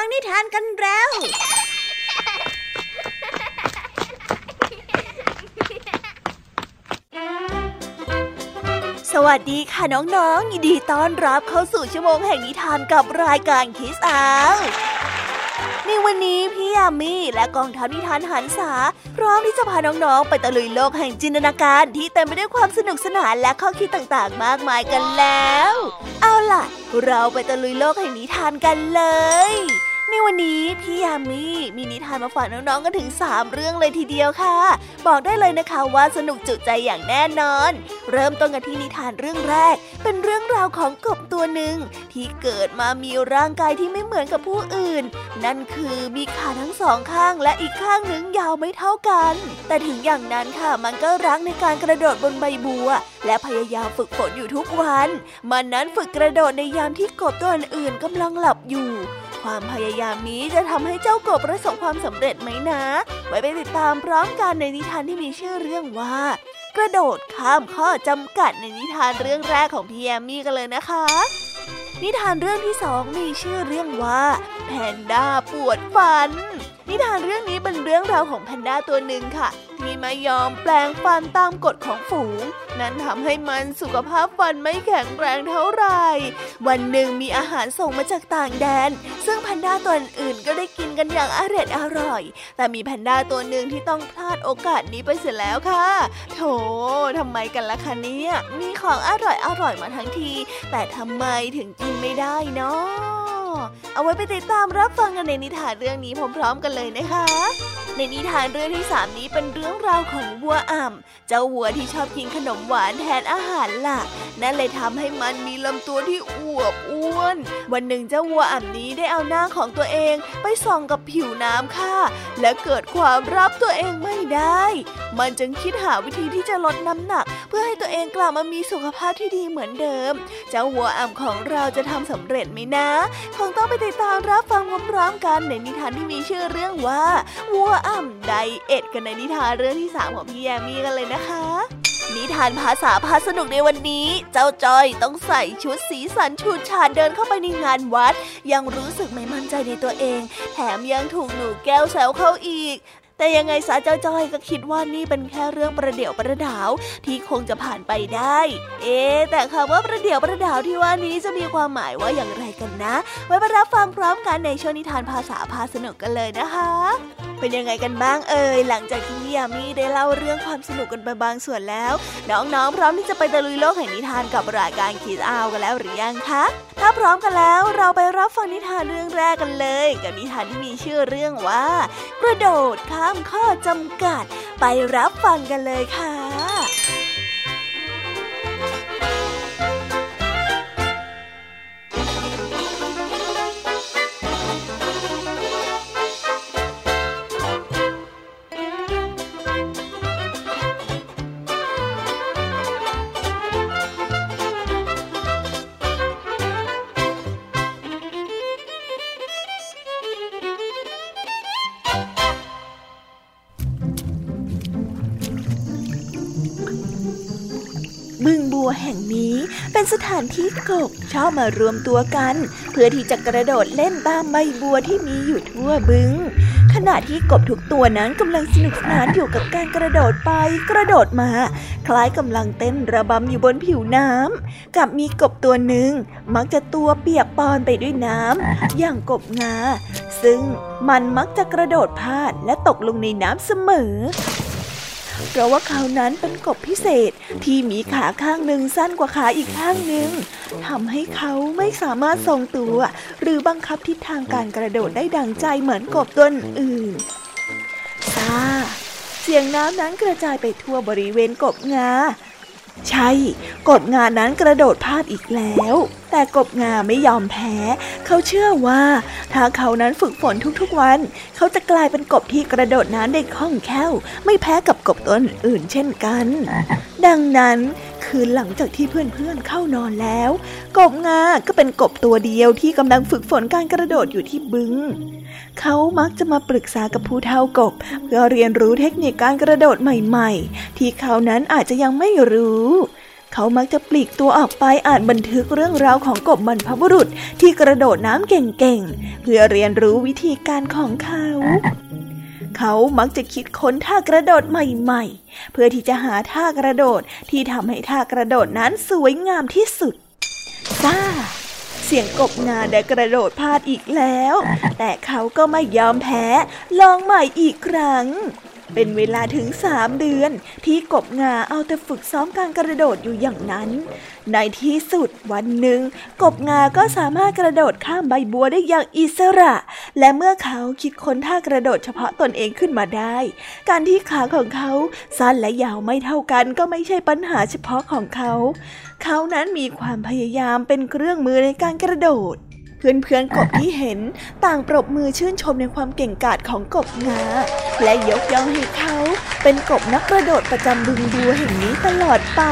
ฟังนิทานกันแล้วสวัสดีค่ะน้องๆยินดีต้อนรับเข้าสู่ชั่วโมงแห่งนิทานกับรายการคิสอาในวันนี้พี่ยามีและกองทัพนิทานหันษาพร้อมที่จะพาน้องๆไปตะลุยโลกแห่งจินตนาการที่เต็มไปด้วยความสนุกสนานและข้อคิดต่างๆมากมายกันแล้วเอาล่ะเราไปตะลุยโลกแห่งนิทานกันเลยในวันนี้พี่ยามีนิทานมาฝากน้องๆกันถึง3เรื่องเลยทีเดียวค่ะบอกได้เลยนะคะว่าสนุกจุใจอย่างแน่นอนเริ่มต้นกันที่นิทานเรื่องแรกเป็นเรื่องราวของกบตัวหนึ่งที่เกิดมามีร่างกายที่ไม่เหมือนกับผู้อื่นนั่นคือมีขาทั้งสองข้างและอีกข้างหนึ่งยาวไม่เท่ากันแต่ถึงอย่างนั้นค่ะมันก็รักในการกระโดดบนใบบัวและพยายามฝึกฝนอยู่ทุกวันมันนั้นฝึกกระโดดในยามที่กบตัวอื่นๆกำลังหลับอยู่ความพยายามนี้จะทำให้เจ้ากบประสบความสำเร็จไหมนะไว้ไปติดตามพร้อมกันในนิทานที่มีชื่อเรื่องว่ากระโดดข้ามข้อจำกัดในนิทานเรื่องแรกของพี่แยมมี่กันเลยนะคะนิทานเรื่องที่2มีชื่อเรื่องว่าแพนด้าปวดฟันนิทานเรื่องนี้เป็นเรื่องราวของแพนด้าตัวหนึ่งค่ะที่ไม่ยอมแปลงฟันตามกฎของฝูงนั้นทำให้มันสุขภาพฟันไม่แข็งแรงเท่าไหร่วันหนึ่งมีอาหารส่งมาจากต่างแดนซึ่งแพนด้าตัวอื่นก็ได้กินกันอย่างอร่อยแต่มีแพนด้าตัวหนึ่งที่ต้องพลาดโอกาสนี้ไปเสียแล้วค่ะโถทำไมกันล่ะคะเนี่ยมีของอร่อยมาทั้งทีแต่ทำไมถึงกินไม่ได้เนาะเอาไว้ไปติดตามรับฟังกันในนิทานเรื่องนี้พร้อมๆกันเลยนะคะในนิทานเรื่องที่3นี้เป็นเรื่องราวของวัวอ่ำเจ้าวัวที่ชอบกินขนมหวานแทนอาหารหลักนั่นเลยทำให้มันมีลำตัวที่อวบอ้วนวันหนึ่งเจ้าวัวอ่ำนี้ได้เอาหน้าของตัวเองไปส่องกับผิวน้ำค่ะและเกิดความรับตัวเองไม่ได้มันจึงคิดหาวิธีที่จะลดน้ำหนักเพื่อให้ตัวเองกลับมามีสุขภาพที่ดีเหมือนเดิมเจ้าวัวอ่ำของเราจะทำสำเร็จไหมนะคงต้องไปติดตามรับฟังพร้อมๆกันในนิทานที่มีชื่อเรื่องว่าวัวอ่ำไดเอทกันในนิทานเรื่องที่3ของพี่แยมมี่กันเลยนะคะนิทานภาษาพาสนุกในวันนี้เจ้าจอยต้องใส่ชุดสีสันฉูดฉาดเดินเข้าไปในงานวัดยังรู้สึกไม่มั่นใจในตัวเองแถมยังถูกหนูแก้วแซวเข้าอีกแต่ยังไงซะเจ้าจ้อยก็คิดว่านี่เป็นแค่เรื่องประเดี่ยวประดาวที่คงจะผ่านไปได้แต่คำว่าประเดี่ยวประดาวที่ว่านี้จะมีความหมายว่าอย่างไรกันนะไว้มารับฟังพร้อมกันในช่วงนิทานภาษาพาสนุกกันเลยนะคะเป็นยังไงกันบ้างหลังจากที่พี่ยามีได้เล่าเรื่องความสนุกกันไปบางส่วนแล้วน้องๆพร้อมที่จะไปตะลุยโลกแห่งนิทานกับรายการคิดเอากันแล้วหรือยังคะถ้าพร้อมกันแล้วเราไปรับฟังนิทานเรื่องแรกกันเลยกับนิทานที่มีชื่อเรื่องว่ากระโดดข้ามข้อจำกัดไปรับฟังกันเลยค่ะบึงบัวแห่งนี้เป็นสถานที่กบชอบมารวมตัวกันเพื่อที่จะกระโดดเล่นตามใบบัวที่มีอยู่ทั่วบึงขณะที่กบทุกตัวนั้นกำลังสนุกสนานอยู่กับการกระโดดไปกระโดดมาคล้ายกำลังเต้นระบำอยู่บนผิวน้ำกับมีกบตัวหนึ่งมักจะตัวเปียกปอนไปด้วยน้ำอย่างกบงาซึ่งมันมักจะกระโดดพลาดและตกลงในน้ำเสมอเพราะว่าเขานั้นเป็นกบพิเศษที่มีขาข้างหนึ่งสั้นกว่าขาอีกข้างหนึ่งทำให้เขาไม่สามารถทรงตัวหรือบังคับทิศทางการกระโดดได้ดังใจเหมือนกบตัวอื่นเสียงน้ำนั้นกระจายไปทั่วบริเวณกบงาใช่กบงานั้นกระโดดพลาดอีกแล้วแต่กบงาไม่ยอมแพ้เขาเชื่อว่าถ้าเขานั้นฝึกฝนทุกๆวันเขาจะกลายเป็นกบที่กระโดดน้ำได้คล่องแคล่วไม่แพ้กับกบตัวอื่นเช่นกันดังนั้นคืนหลังจากที่เพื่อนๆเข้านอนแล้วกบงาก็เป็นกบตัวเดียวที่กำลังฝึกฝนการกระโดดอยู่ที่บึงเขามักจะมาปรึกษากับผู้เฒ่ากบเพื่อเรียนรู้เทคนิคการกระโดดใหม่ๆที่เขานั้นอาจจะยังไม่รู้เขามักจะปลีกตัวออกไปอ่านบันทึกเรื่องราวของกบบรรพบุรุษที่กระโดดน้ำเก่งๆเพื่อเรียนรู้วิธีการของเขามักจะคิดค้นท่ากระโดดใหม่ๆเพื่อที่จะหาท่ากระโดดที่ทำให้ท่ากระโดดนั้นสวยงามที่สุดซ่าเสียงกบงาได้กระโดดพลาดอีกแล้วแต่เขาก็ไม่ยอมแพ้ลองใหม่อีกครั้งเป็นเวลาถึง3 เดือนที่กบงาเอาแต่ฝึกซ้อมการกระโดดอยู่อย่างนั้นในที่สุดวันหนึ่งกบงาก็สามารถกระโดดข้ามใบบัวได้อย่างอิสระและเมื่อเขาคิดค้นท่ากระโดดเฉพาะตนเองขึ้นมาได้การที่ขาของเขาสั้นและยาวไม่เท่ากันก็ไม่ใช่ปัญหาเฉพาะของเขานั้นมีความพยายามเป็นเครื่องมือในการกระโดดเพื่อนๆกบที่เห็นต่างปรบมือชื่นชมในความเก่งกาจของกบงาและยกย่องให้เขาเป็นกบนักกระโดดประจำบึงบัวแห่งนี้ตลอดไป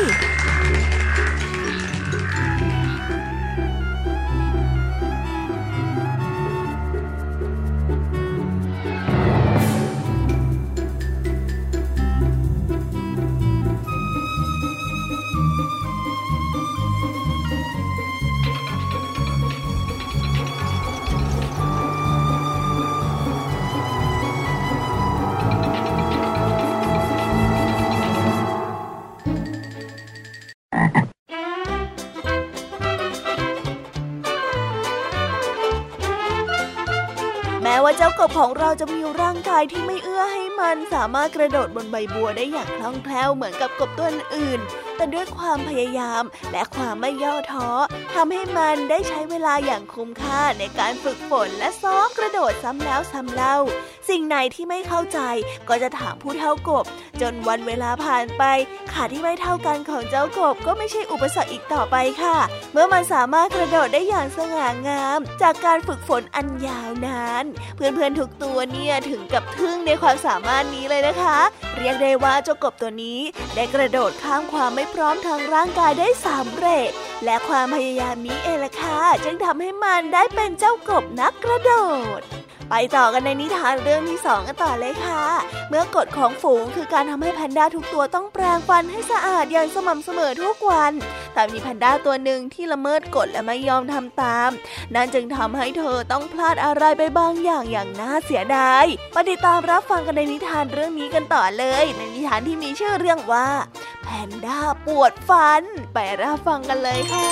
แม้ว่าเจ้ากบของเราจะมีร่างกายที่ไม่เอื้อให้มันสามารถกระโดดบนใบบัวได้อย่างคล่องแคล่วเหมือนกับกบตัวอื่นแต่ด้วยความพยายามและความไม่ย่อท้อทำให้มันได้ใช้เวลาอย่างคุ้มค่าในการฝึกฝนและซ้อมกระโดดซ้ำแล้วซ้ำเล่าสิ่งไหนที่ไม่เข้าใจก็จะถามผู้เฒ่ากบจนวันเวลาผ่านไปขาที่ไม่เท่ากันของเจ้ากบก็ไม่ใช่อุปสรรคอีกต่อไปค่ะเมื่อมันสามารถกระโดดได้อย่างสง่างามจากการฝึกฝนอันยาวนานเพื่อนๆทุกตัวเนี่ยถึงกับทึ่งในความสามารถนี้เลยนะคะเรียกได้ว่าเจ้ากบตัวนี้ได้กระโดดข้ามความไม่พร้อมทางร่างกายได้สำเร็จและความพยายามนี้เองล่ะค่ะจึงทำให้มันได้เป็นเจ้ากบนักกระโดดไปต่อกันในนิทานเรื่องที่2กันต่อเลยค่ะเมื่อกฎของฝูงคือการทำให้แพนด้าทุกตัวต้องแปรงฟันให้สะอาดอย่างสม่ำเสมอทุกวันแต่มีแพนด้าตัวหนึ่งที่ละเมิดกฎและไม่ยอมทำตามนั่นจึงทำให้เธอต้องพลาดอะไรไปบางอย่างน่าเสียดายมาติดตามรับฟังกันในนิทานเรื่องนี้กันต่อเลยในนิทานที่มีชื่อเรื่องว่าแพนด้าปวดฟันไปรับฟังกันเลยค่ะ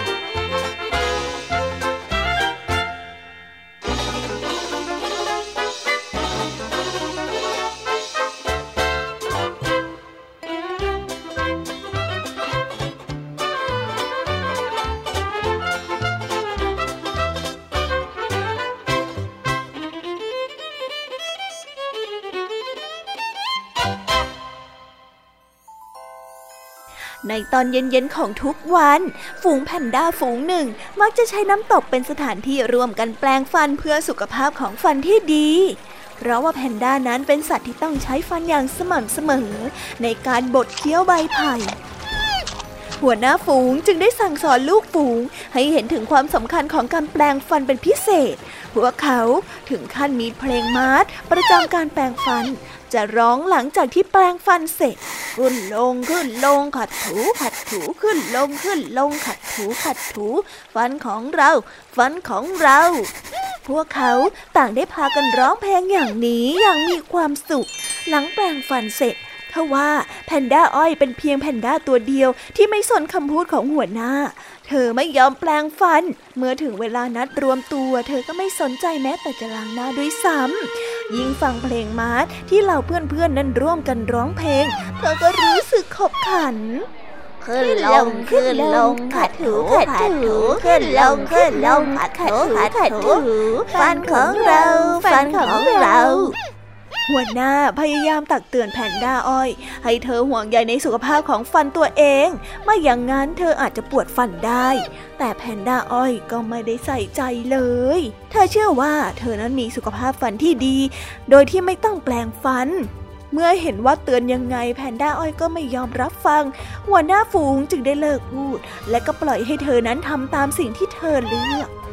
ในตอนเย็นๆของทุกวันฝูงแพนด้าฝูงหนึ่งมักจะใช้น้ำตกเป็นสถานที่ร่วมกันแปรงฟันเพื่อสุขภาพของฟันที่ดีเพราะว่าแพนด้านั้นเป็นสัตว์ที่ต้องใช้ฟันอย่างสม่ำเสมอในการบดเคี้ยวใบไผ่หัวหน้าฝูงจึงได้สั่งสอนลูกฝูงให้เห็นถึงความสำคัญของการแปรงฟันเป็นพิเศษพวกเขาถึงขั้นมีเพลงมาร์ชประจำการแปรงฟันจะร้องหลังจากที่แปรงฟันเสร็จขึ้นลงขึ้นลงขัดถูขัดถูขึ้นลงขึ้นลงขัดถูขัดถูฟันของเราฟันของเราพวกเขาต่างได้พากันร้องเพลงอย่างนี้อย่างมีความสุขหลังแปรงฟันเสร็จทว่าแพนด้าอ้อยเป็นเพียงแพนด้าตัวเดียวที่ไม่สนคำพูดของหัวหน้าเธอไม่ยอมแปรงฟันเมื่อถึงเวลานัดรวมตัวเธอก็ไม่สนใจแม้แต่จะล้างหน้าด้วยซ้ำยิ่งฟังเพลงมาร์ชที่เหล่าเพื่อนๆนั้นร่วมกันร้องเพลงเธอก็รู้สึกขบขันขึ้นลงขึ้นลงขัดถูขัดถูขึ้นลงขึ้นลงขัดถูขัดถูฟันของเราฟันของเราหัวหน้าพยายามตักเตือนแพนด้าอ้อยให้เธอห่วงใยในสุขภาพของฟันตัวเองไม่อย่างนั้นเธออาจจะปวดฟันได้แต่แพนด้าอ้อยก็ไม่ได้ใส่ใจเลยเธอเชื่อว่าเธอนั้นมีสุขภาพฟันที่ดีโดยที่ไม่ต้องแปรงฟันเมื่อเห็นว่าเตือนยังไงแพนด้าอ้อยก็ไม่ยอมรับฟังหัวหน้าฝูงจึงได้เลิกพูดและก็ปล่อยให้เธอนั้นทำตามสิ่งที่เธอเลือกว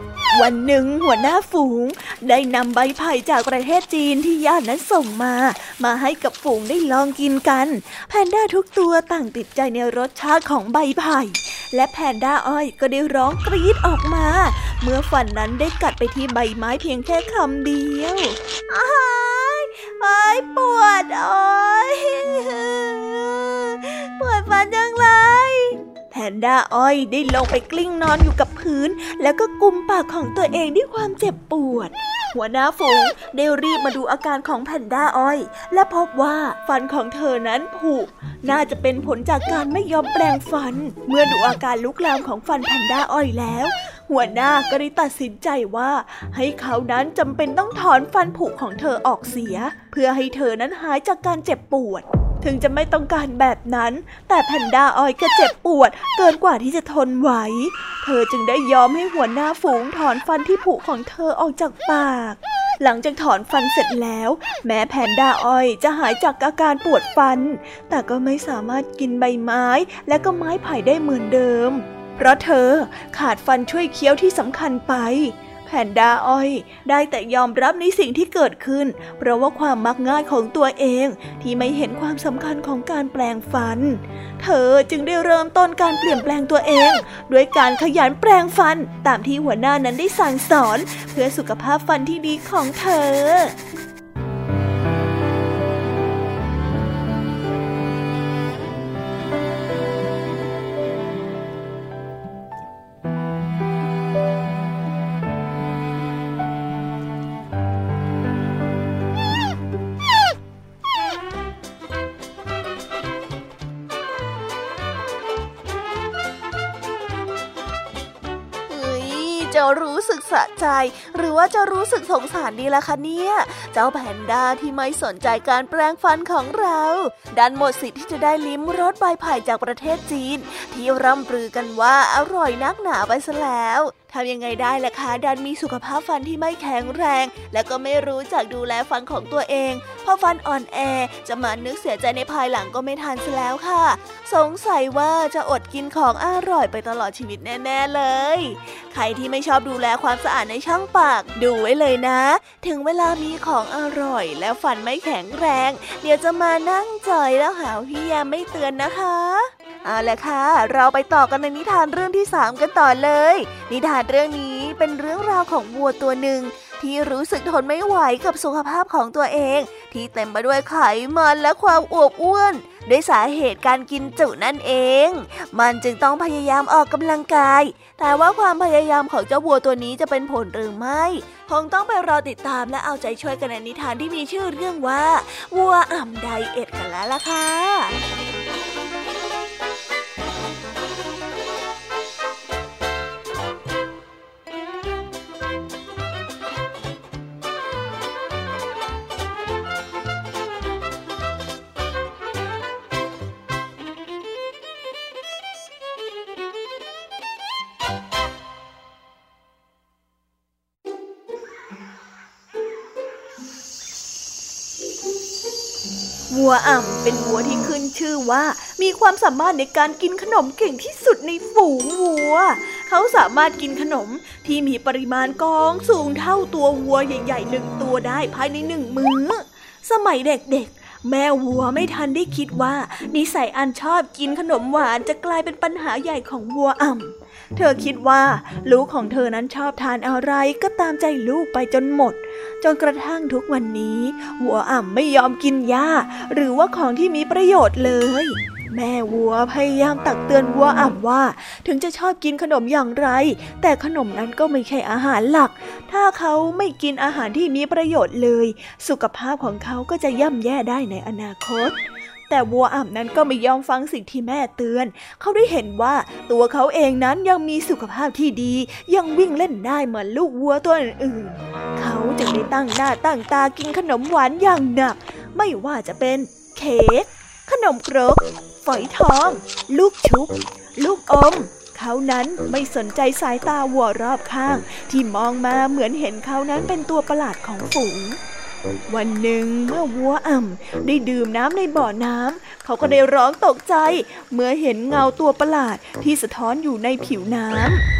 วันหนึ่งหัวหน้าฝูงได้นำใบไผ่จากประเทศจีนที่ญาตินั้นส่งมาให้กับฝูงได้ลองกินกันแพนด้าทุกตัวต่างติดใจในรสชาติของใบไผ่และแพนด้าอ้อยก็ได้ร้องกรี๊ดออกมาเมื่อฟันนั้นได้กัดไปที่ใบไม้เพียงแค่คำเดียวอ้ายปวดปวดฟันจังเลยแพนด้าอ้อยได้ลงไปกลิ้งนอนอยู่กับพื้นแล้วก็กุมปากของตัวเองด้วยความเจ็บปวดหัวหน้าฝูงได้รีบมาดูอาการของแพนด้าอ้อยและพบว่าฟันของเธอนั้นผุน่าจะเป็นผลจากการไม่ยอมแปรงฟันเมื่อดูอาการลุกลามของฟันแพนด้าอ้อยแล้วหัวหน้าก็ได้ตัดสินใจว่าให้เขานั้นจำเป็นต้องถอนฟันผุของเธอออกเสียเพื่อให้เธอนั้นหายจากการเจ็บปวดถึงจะไม่ต้องการแบบนั้นแต่แพนด้าอ้อยก็เจ็บปวดเกินกว่าที่จะทนไหวเธอจึงได้ยอมให้หัวหน้าฝูงถอนฟันที่ผุของเธอออกจากปากหลังจากถอนฟันเสร็จแล้วแม้แพนด้าอ้อยจะหายจากอาการปวดฟันแต่ก็ไม่สามารถกินใบไม้และก็ไม้ไผ่ได้เหมือนเดิมเพราะเธอขาดฟันช่วยเคี้ยวที่สำคัญไปแพนด้าอ้อยได้แต่ยอมรับในสิ่งที่เกิดขึ้นเพราะว่าความมักง่ายของตัวเองที่ไม่เห็นความสำคัญของการแปลงฟันเธอจึงได้เริ่มต้นการเปลี่ยนแปลงตัวเองด้วยการขยันแปลงฟันตามที่หัวหน้านั้นได้สั่งสอนเพื่อสุขภาพฟันที่ดีของเธอจะรู้สึกสะใจหรือว่าจะรู้สึกสงสารดีล่ะคะเนี่ยเจ้าแพนด้าที่ไม่สนใจการแปรงฟันของเราดันหมดสิทธิ์ที่จะได้ลิ้มรสใบไผ่จากประเทศจีนที่ร่ำลือกันว่าอร่อยนักหนาไปซะแล้วทำยังไงได้ล่ะคะดันมีสุขภาพฟันที่ไม่แข็งแรงและก็ไม่รู้จักดูแลฟันของตัวเองพอฟันอ่อนแอจะมานึกเสียใจในภายหลังก็ไม่ทันซะแล้วค่ะสงสัยว่าจะอดกินของอร่อยไปตลอดชีวิตแน่ๆเลยใครที่ไม่ชอบดูแลความสะอาดในช่องปากดูไว้เลยนะถึงเวลามีของอร่อยแล้วฟันไม่แข็งแรงเดี๋ยวจะมานั่งจ่อยแล้วหาพี่ยามไม่เตือนนะคะเอาล่ะค่ะเราไปต่อกันในนิทานเรื่องที่3กันต่อเลยนิทานเรื่องนี้เป็นเรื่องราวของวัวตัวหนึ่งที่รู้สึกทนไม่ไหวกับสุขภาพของตัวเองที่เต็มไปด้วยไขมันและความอวบอ้วนด้วยสาเหตุการกินจุนั่นเองมันจึงต้องพยายามออกกำลังกายแต่ว่าความพยายามของเจ้าวัวตัวนี้จะเป็นผลหรือไม่คงต้องไปรอติดตามและเอาใจช่วยกันในนิทานที่มีชื่อเรื่องว่าวัวอ่ำไดเอทกันแล้วล่ะค่ะวัวอ่ำเป็นวัวที่ขึ้นชื่อว่ามีความสามารถในการกินขนมเก่งที่สุดในฝูงวัวเขาสามารถกินขนมที่มีปริมาณกองสูงเท่าตัววัวใหญ่ๆ1ตัวได้ภายใน1มื้อสมัยเด็กๆแม่วัวไม่ทันได้คิดว่านิสัยอันชอบกินขนมหวานจะกลายเป็นปัญหาใหญ่ของวัวอ่ำเธอคิดว่าลูกของเธอนั้นชอบทานอะไรก็ตามใจลูกไปจนหมดจนกระทั่งทุกวันนี้วัวอ่ำไม่ยอมกินหญ้าหรือว่าของที่มีประโยชน์เลยแม่วัวพยายามตักเตือนวัวอ่ำว่าถึงจะชอบกินขนมอย่างไรแต่ขนมนั้นก็ไม่ใช่อาหารหลักถ้าเขาไม่กินอาหารที่มีประโยชน์เลยสุขภาพของเขาก็จะย่ำแย่ได้ในอนาคตแต่วัวอ่ำนั้นก็ไม่ยอมฟังสิ่งที่แม่เตือนเขาได้เห็นว่าตัวเขาเองนั้นยังมีสุขภาพที่ดียังวิ่งเล่นได้เหมือนลูกวัวตัวอื่นๆเขาจึงได้ตั้งหน้าตั้งตากินขนมหวานอย่างหนักไม่ว่าจะเป็นเค้กขนมครกฝอยทองลูกชุบลูกอมเขานั้นไม่สนใจสายตาวัวรอบข้างที่มองมาเหมือนเห็นเขานั้นเป็นตัวประหลาดของฝูงวันหนึ่งเมื่อวัวอ่ำได้ดื่มน้ำในบ่อน้ำเขาก็ได้ร้องตกใจเมื่อเห็นเงาตัวประหลาดที่สะท้อนอยู่ในผิวน้ำ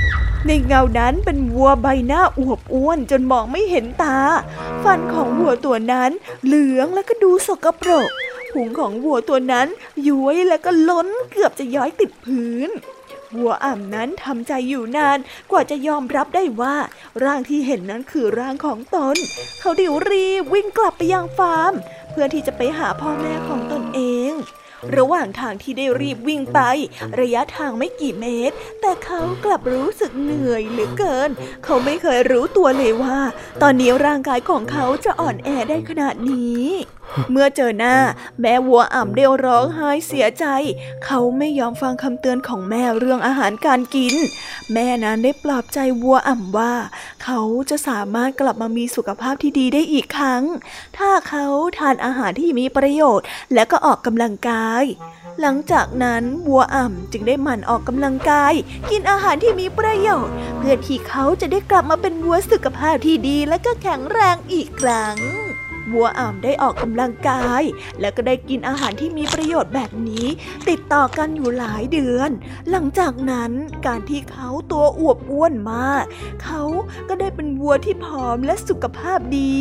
ในเงานั้นเป็นวัวใบหน้าอวบอ้วนจนมองไม่เห็นตาฟันของวัวตัวนั้นเหลืองและก็ดูสกปรกพุงของวัวตัวนั้นย้วยและก็ล้นเกือบจะย้อยติดพื้นวัวอ่ำนั้นทำใจอยู่นานกว่าจะยอมรับได้ว่าร่างที่เห็นนั้นคือร่างของตนเขาได้รีบวิ่งกลับไปยังฟาร์มเพื่อที่จะไปหาพ่อแม่ของตนเองระหว่างทางที่ได้รีบวิ่งไประยะทางไม่กี่เมตรแต่เขากลับรู้สึกเหนื่อยเหลือเกินเขาไม่เคยรู้ตัวเลยว่าตอนนี้ร่างกายของเขาจะอ่อนแอได้ขนาดนี้เมื่อเจอหน้าแม่วัวอ่ำได้ร้องไห้เสียใจเขาไม่ยอมฟังคำเตือนของแม่เรื่องอาหารการกินแม่นั้นได้ปลอบใจวัวอ่ำว่าเขาจะสามารถกลับมามีสุขภาพที่ดีได้อีกครั้งถ้าเขาทานอาหารที่มีประโยชน์และก็ออกกำลังกายหลังจากนั้นวัวอ่ำจึงได้หมั่นออกกำลังกายกินอาหารที่มีประโยชน์เพื่อที่เขาจะได้กลับมาเป็นวัวสุขภาพที่ดีและก็แข็งแรงอีกครั้งวัวอ่ำได้ออกกำลังกายแล้วก็ได้กินอาหารที่มีประโยชน์แบบนี้ติดต่อกันอยู่หลายเดือนหลังจากนั้นการที่เขาตัวอวบอ้วนมากเขาก็ได้เป็นวัวที่ผอมและสุขภาพดี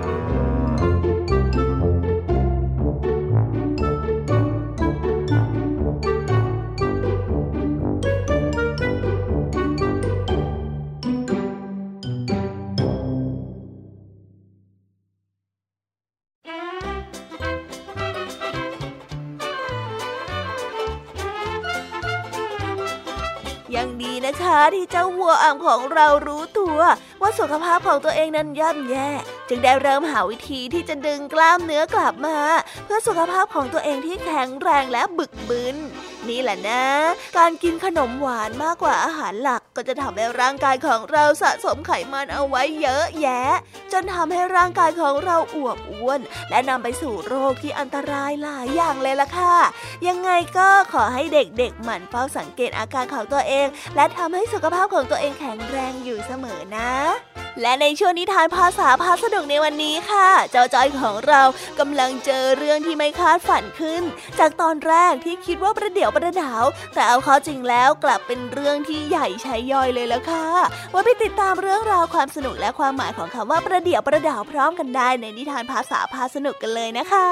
ยังดีนะคะที่เจ้าวัวอ่ำของเรารู้ตัวว่าสุขภาพของตัวเองนั้นย่ำแย่จึงได้เริ่มหาวิธีที่จะดึงกล้ามเนื้อกลับมาเพื่อสุขภาพของตัวเองที่แข็งแรงและบึกบึนนี่แหละนะการกินขนมหวานมากกว่าอาหารหลักก็จะทำให้ร่างกายของเราสะสมไขมันเอาไว้เยอะแยะจนทำให้ร่างกายของเราอวบอ้วนและนำไปสู่โรคที่อันตรายหลายอย่างเลยล่ะค่ะยังไงก็ขอให้เด็กๆหมั่นเฝ้าสังเกตอาการของตัวเองและทำให้สุขภาพของตัวเองแข็งแรงอยู่เสมอนะและในช่วงนิทานภาษาพาสนุกในวันนี้ค่ะเจ้าจ้อยของเรากำลังเจอเรื่องที่ไม่คาดฝันขึ้นจากตอนแรกที่คิดว่าประเดี๋ยวประดาวแต่เอาเข้าจริงแล้วกลับเป็นเรื่องที่ใหญ่ใช้ย่อยเลยล่ะค่ะว่าไปติดตามเรื่องราวความสนุกและความหมายของคำว่าประเดี๋ยวประดาวพร้อมกันได้ในนิทานภาษาพาสนุกกันเลยนะคะ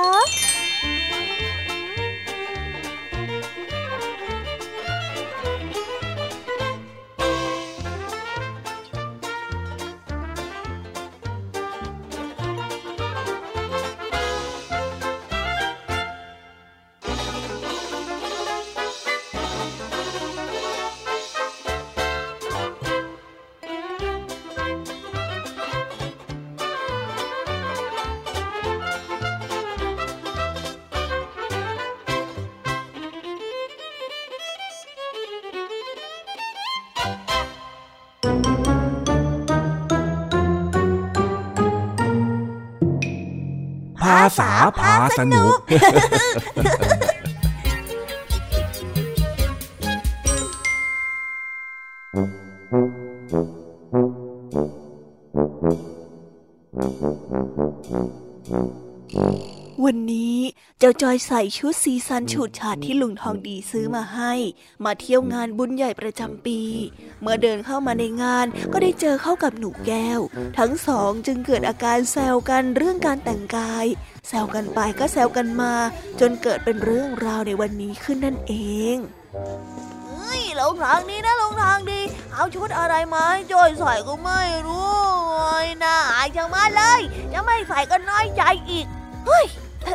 ภาษาพาสนุกวันนี้เจ้าจอยใส่ชุดสีสันฉูดฉาดที่ลุงทองดีซื้อมาให้มาเที่ยวงานบุญใหญ่ประจำปีเมื่อเดินเข้ามาในงานก็ได้เจอเข้ากับหนูแก้วทั้งสองจึงเกิดอาการแซวกันเรื่องการแต่งกายแซวกันไปก็แซวกันมาจนเกิดเป็นเรื่องราวในวันนี้ขึ้นนั่นเองลงทางนี้นะลงทางดีเอาชุดอะไรมาให้จอยใส่ก็ไม่รู้น่าอายจังมาเลยจะไม่ใส่ก็น้อยใจอีกเฮ้ย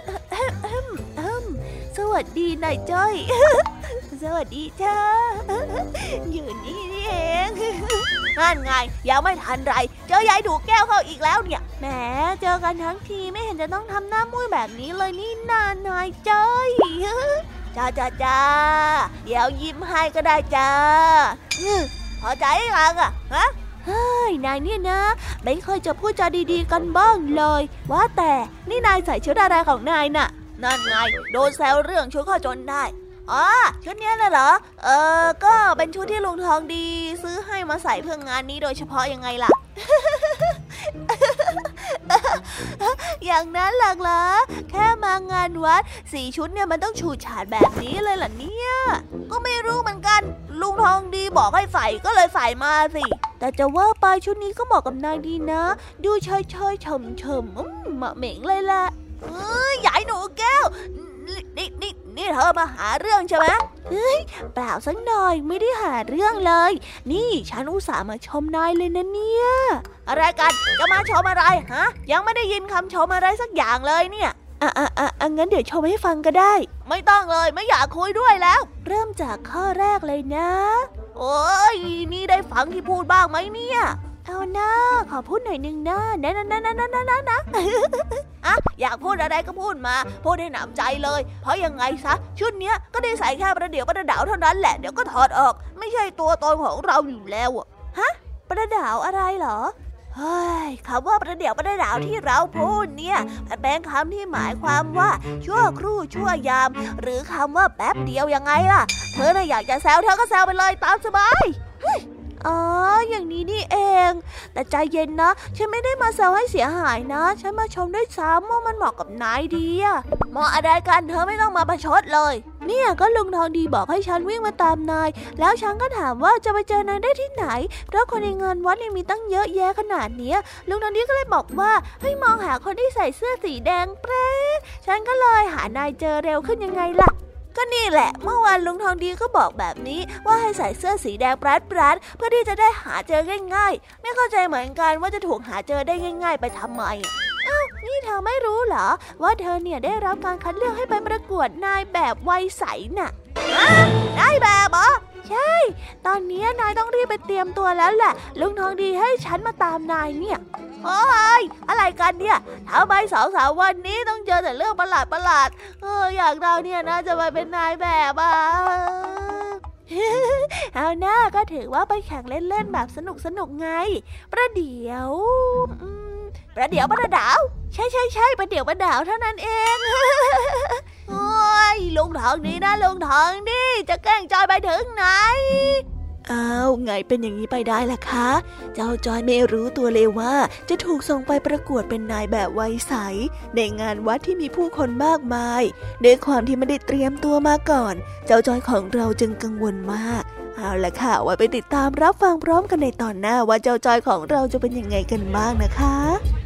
สวัสดีนายจ้อย สวัสดีจ้า อยู่นี่เองนั่นไงยังไม่ทันไรเจอยายดูแก้วเขาอีกแล้วเนี่ยแหมเจอกันทั้งทีไม่เห็นจะต้องทำหน้ามุ้ยแบบนี้เลยนี่นานายจ้อยจ้าเดี๋ยวยิ้มให้ก็ได้จ้าพอใจยังอ่ะฮะเฮ้ยนายเนี่ยนะไม่ค่อยจะพูดจาดีๆกันบ้างเลยว่าแต่นี่นายใส่ชุดอะไรของนายน่ะนั่นไงโดนแซวเรื่องชุดเข้าจนได้อ๋อชุดนี้น่ะเหรอก็เป็นชุดที่ลุงทองดีซื้อให้มาใส่เพื่องานนี้โดยเฉพาะยังไงล่ะอย่างนั้นหรอกเหรอแค่มางานวัด4 ชุดเนี่ยมันต้องฉูดฉาดแบบนี้เลยเหรอเนี่ยก็ไม่รู้เหมือนกันลุงทองดีบอกให้ใส่ก็เลยใส่มาสิแต่จะว่าไปชุดนี้ก็เหมาะกับนายดีนะดูเฉยๆเฉมๆเหมาะเหม่งเลยล่ะยายหนูแก้วนี่เธอมาหาเรื่องใช่ไหมเปล่าสักหน่อยไม่ได้หาเรื่องเลยนี่ฉันอุตส่าห์มาชมนายเลยนะเนี่ยอะไรกันจะมาชมอะไรฮะยังไม่ได้ยินคำชมอะไรสักอย่างเลยเนี่ยงั้นเดี๋ยวชมให้ฟังก็ได้ไม่ต้องเลยไม่อยากคุยด้วยแล้วเริ่มจากข้อแรกเลยนะโอ้ยนี่ได้ฟังที่พูดบ้างไหมเนี่ยเอานะขอพูดหน่อยนึงนะอยากพูดอะไรก็พูดมาพูดให้หนำใจเลยเพราะยังไงซะชุดเนี้ยก็ได้ใส่แค่ประเดี๋ยวประดาวเท่านั้นแหละเดี๋ยวก็ถอดออกไม่ใช่ตัวตนของเราอยู่แล้วฮะประดาวอะไรเหรอเฮ้ยคำว่าประเดี๋ยวประดาวที่เราพูดเนี่ยมันเป็นคำที่หมายความว่าชั่วครู่ชั่วยามหรือคำว่าแป๊บเดียวยังไงล่ะเธอน่ะอยากจะแซวเธอก็แซวไปเลยตามสบายอ๋ออย่างนี้นี่เองแต่ใจเย็นนะฉันไม่ได้มาแซวให้เสียหายนะฉันมาชมด้วยซ้ำว่ามันเหมาะกับนายดีอะเหมาะอะไรกันเธอไม่ต้องมาประชดเลยเนี่ยก็ลุงทองดีบอกให้ฉันวิ่งมาตามนายแล้วฉันก็ถามว่าจะไปเจอนายได้ที่ไหนเพราะคนในงานวัดนี่มีตั้งเยอะแยะขนาดนี้ลุงทองดีก็เลยบอกว่าให้มองหาคนที่ใส่เสื้อสีแดงแป๊ดฉันก็เลยหานายเจอเร็วขึ้นยังไงล่ะก็นี่แหละเมื่อวานลุงทองดีก็บอกแบบนี้ว่าให้ใส่เสื้อสีแดงปราดเพื่อที่จะได้หาเจอง่ายๆไม่เข้าใจเหมือนกันว่าจะถูกหาเจอได้ง่ายๆไปทำไมนี่เธอไม่รู้เหรอว่าเธอเนี่ยได้รับการคัดเลือกให้ไปประกวดนายแบบวัยใสน่ะนายแบบเหรอใช่ตอนนี้นายต้องรีบไปเตรียมตัวแล้วแหละลุงทองดีให้ฉันมาตามนายเนี่ยโอ้ยอะไรกันเนี่ยทำไม2-3 วันนี้ต้องเจอแต่เรื่องประหลาดอย่างเราเนี่ยนะจะมาเป็นนายแบบเอาหน้าก็ถือว่าไปแข่งเล่นๆแบบสนุกไงประเดี๋ยวประดาวใช่ประเดี๋ยวประดาวเท่านั้นเองโอ้ยลุงทองดีนะลุงทองดีจะแกล้งจอยไปถึงไหนอ้าวไงเป็นอย่างนี้ไปได้ล่ะคะเจ้าจอยไม่รู้ตัวเลยว่าจะถูกส่งไปประกวดเป็นนายแบบวัยใสในงานวัดที่มีผู้คนมากมายด้วยความที่ไม่ได้เตรียมตัวมาก่อนเจ้าจอยของเราจึงกังวลมากเอาล่ะค่ะไว้ไปติดตามรับฟังพร้อมกันในตอนหน้าว่าเจ้าจอยของเราจะเป็นยังไงกันบ้างนะคะ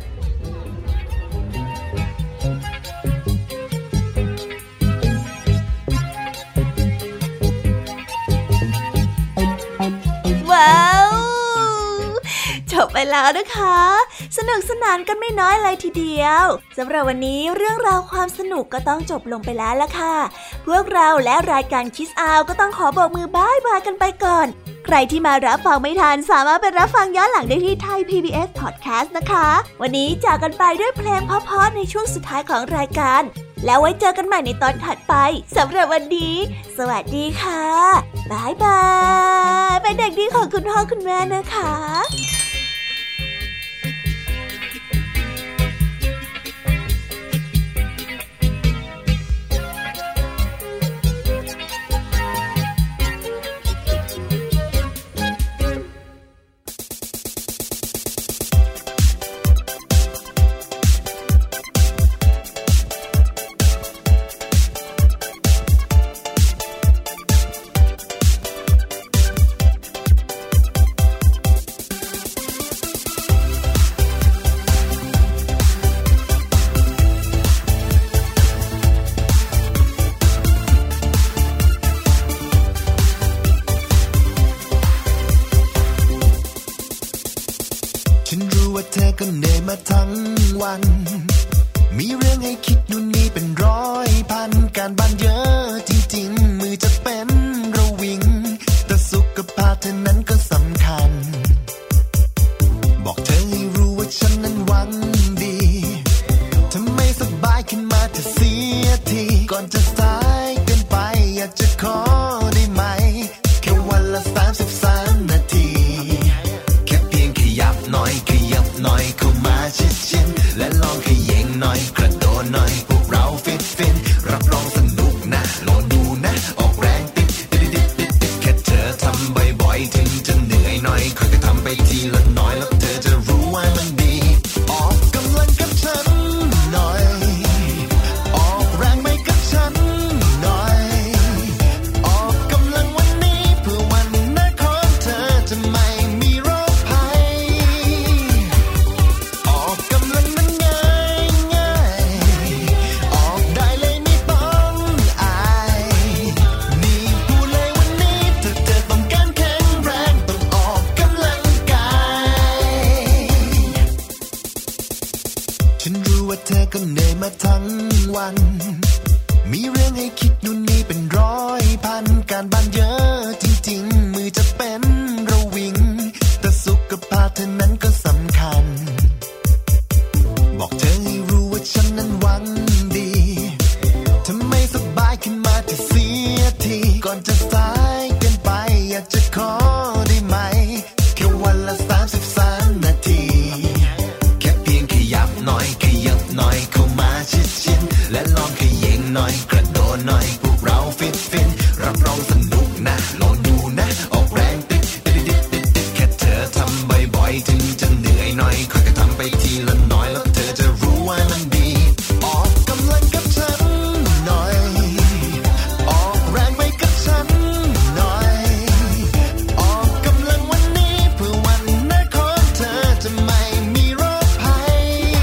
ว้าวจบไปแล้วนะคะสนุกสนานกันไม่น้อยเลยทีเดียวสำหรับวันนี้เรื่องราวความสนุกก็ต้องจบลงไปแล้วล่ะค่ะพวกเราและรายการคิสอาวก็ต้องขอบอกมือบ๊ายบายกันไปก่อนใครที่มารับฟังไม่ทันสามารถไปรับฟังย้อนหลังได้ที่ Thai PBS Podcast นะคะวันนี้จากกันไปด้วยเพลงเพราะๆในช่วงสุดท้ายของรายการแล้วไว้เจอกันใหม่ในตอนถัดไปสำหรับวันนี้สวัสดีค่ะบ๊ายบายเป็นเด็กดีของคุณพ่อคุณแม่นะคะก็เหนื่อยมาทั้งวันมีเรื่องให้คิดนู่นนี่เป็น100,000การบ้านเยอะจริงๆมือจะเป็นระวิงแต่สุขภาพเธอนั้นก็สำคัญบอกเธอให้รู้ว่าฉันนั้นหวังดีถ้าไม่สบายขึ้นมาเธอเสียทีก่อนจะสายเกินไปอยากจะขอได้ไหมแค่วันละ33 นาทีแค่เพียงขยับหน่อยเข้ามาชิดๆและลองขย่งหน่อยกระโดดหน่อยพวกเราฟินรับรองสนุกนะลองดูนะออกแรงติดแค่เธอทำบ่อยๆถึงจะเหนื่อยหน่อยค่อยๆทำไปทีละน้อยแล้วเธอจะรู้ว่าเธอก็เหนื่อยมาทั้งวันมีเรื่องให้คิดนู่นนี่เป็นร้อยพันการบ้านเยอะจริงๆมือจะเป็นระวิงแต่สุขภาพเธอนั้นก็สำคัญบอกเธอให้รู้ว่าฉันนั้นหวังดีถ้าไม่สบายขึ้นมาจะเสียทีก่อนจะสายเกินไปอยากจะขอได้ไหมแค่วันละ33 นาทีแค่เพียงขยับหน่อยขยับหน่อยเข้ามาชิดๆและลองขยิงหน่อยกระโดดหน่อยพวกเราฟินรับรองสนุกนะลองดูนะออกแรงติดแค่เธอทำบ่อยๆถึงจะเหนื่อยหน่อยค่อยๆทำไปทีละน้อยแล้วเธอจะรู้ว่ามันดีออกกำลังกับฉันหน่อยออกแรงไปกับฉันหน่อยออกกำลังวันนี้เพื่อวันหน้าของเธอจะไม่มีโรคภัย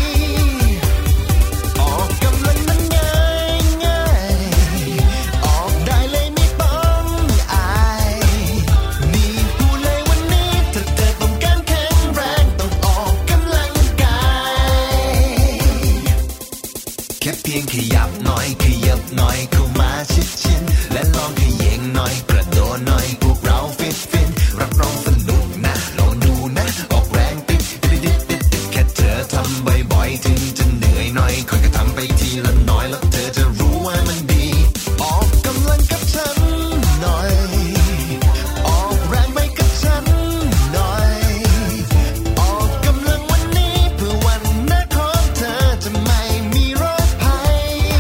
ออกกำลังนั้นง่ายออกได้เลยไม่ต้องอายนี่พูดเลยวันนี้ถ้าเธอต้องการแข็งแรงต้องออกกำลังกายแค่เพียงขยับหน่อยขยับหน่อยเข้ามาชิดๆและลองขยิงหน่อยกระโดดหน่อยพวกเราฟินรับรองสนุกนะลองดูนะออกแรงติดแค่เธอทำบ่อยๆถึงจะเหนื่อยหน่อยค่อยๆทำไปทีละน้อยแล้วเธอจะรู้ว่ามันดีออกกำลังกับฉันหน่อยออกแรงไปกับฉันหน่อยออกกำลังวันนี้เพื่อวันหน้าของเธอจะไม่มีโรคภัย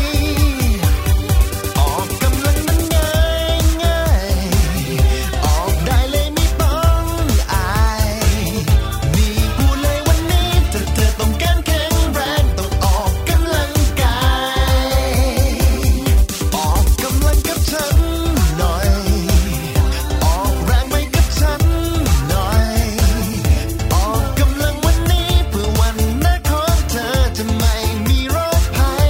ออกกำลังนั้นง่ายออกได้เลยไม่ต้องอายนี่พูดเลยวันนี้ถ้าเธอต้องการแข็งแรงต้องออกกำลังกายออกกำลังกับฉันหน่อยออกแรงไปกับฉันหน่อยออกกำลังวันนี้เพื่อวันหน้าของเธอจะไม่มีโรคภัย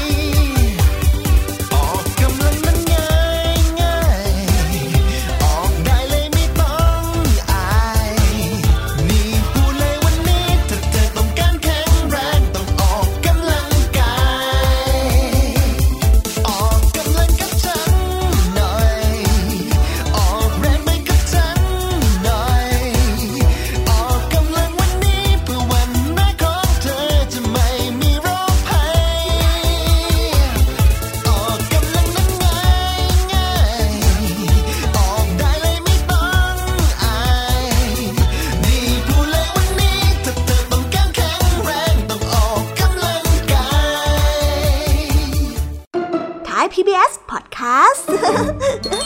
ออกกำลังนั้นง่ายออกได้เลยไม่ต้องอายนี่พูดเลยวันนี้ถ้าเธอต้องการแข็งแรงต้องออกกำลังกายออกกำลังกับฉันหน่อยออกแรงไปกับฉันหน่อยออกกำลังวันนี้เพื่อวันหน้าของเธอจะไม่มีโรคภัยออกกำลังนั้นง่ายออกได้เลยไม่ต้องอายนี่พูดเลยวันนี้ถ้าเธอต้องการแข็งแรงต้องออกกำลังกาย Thai PBS Podcast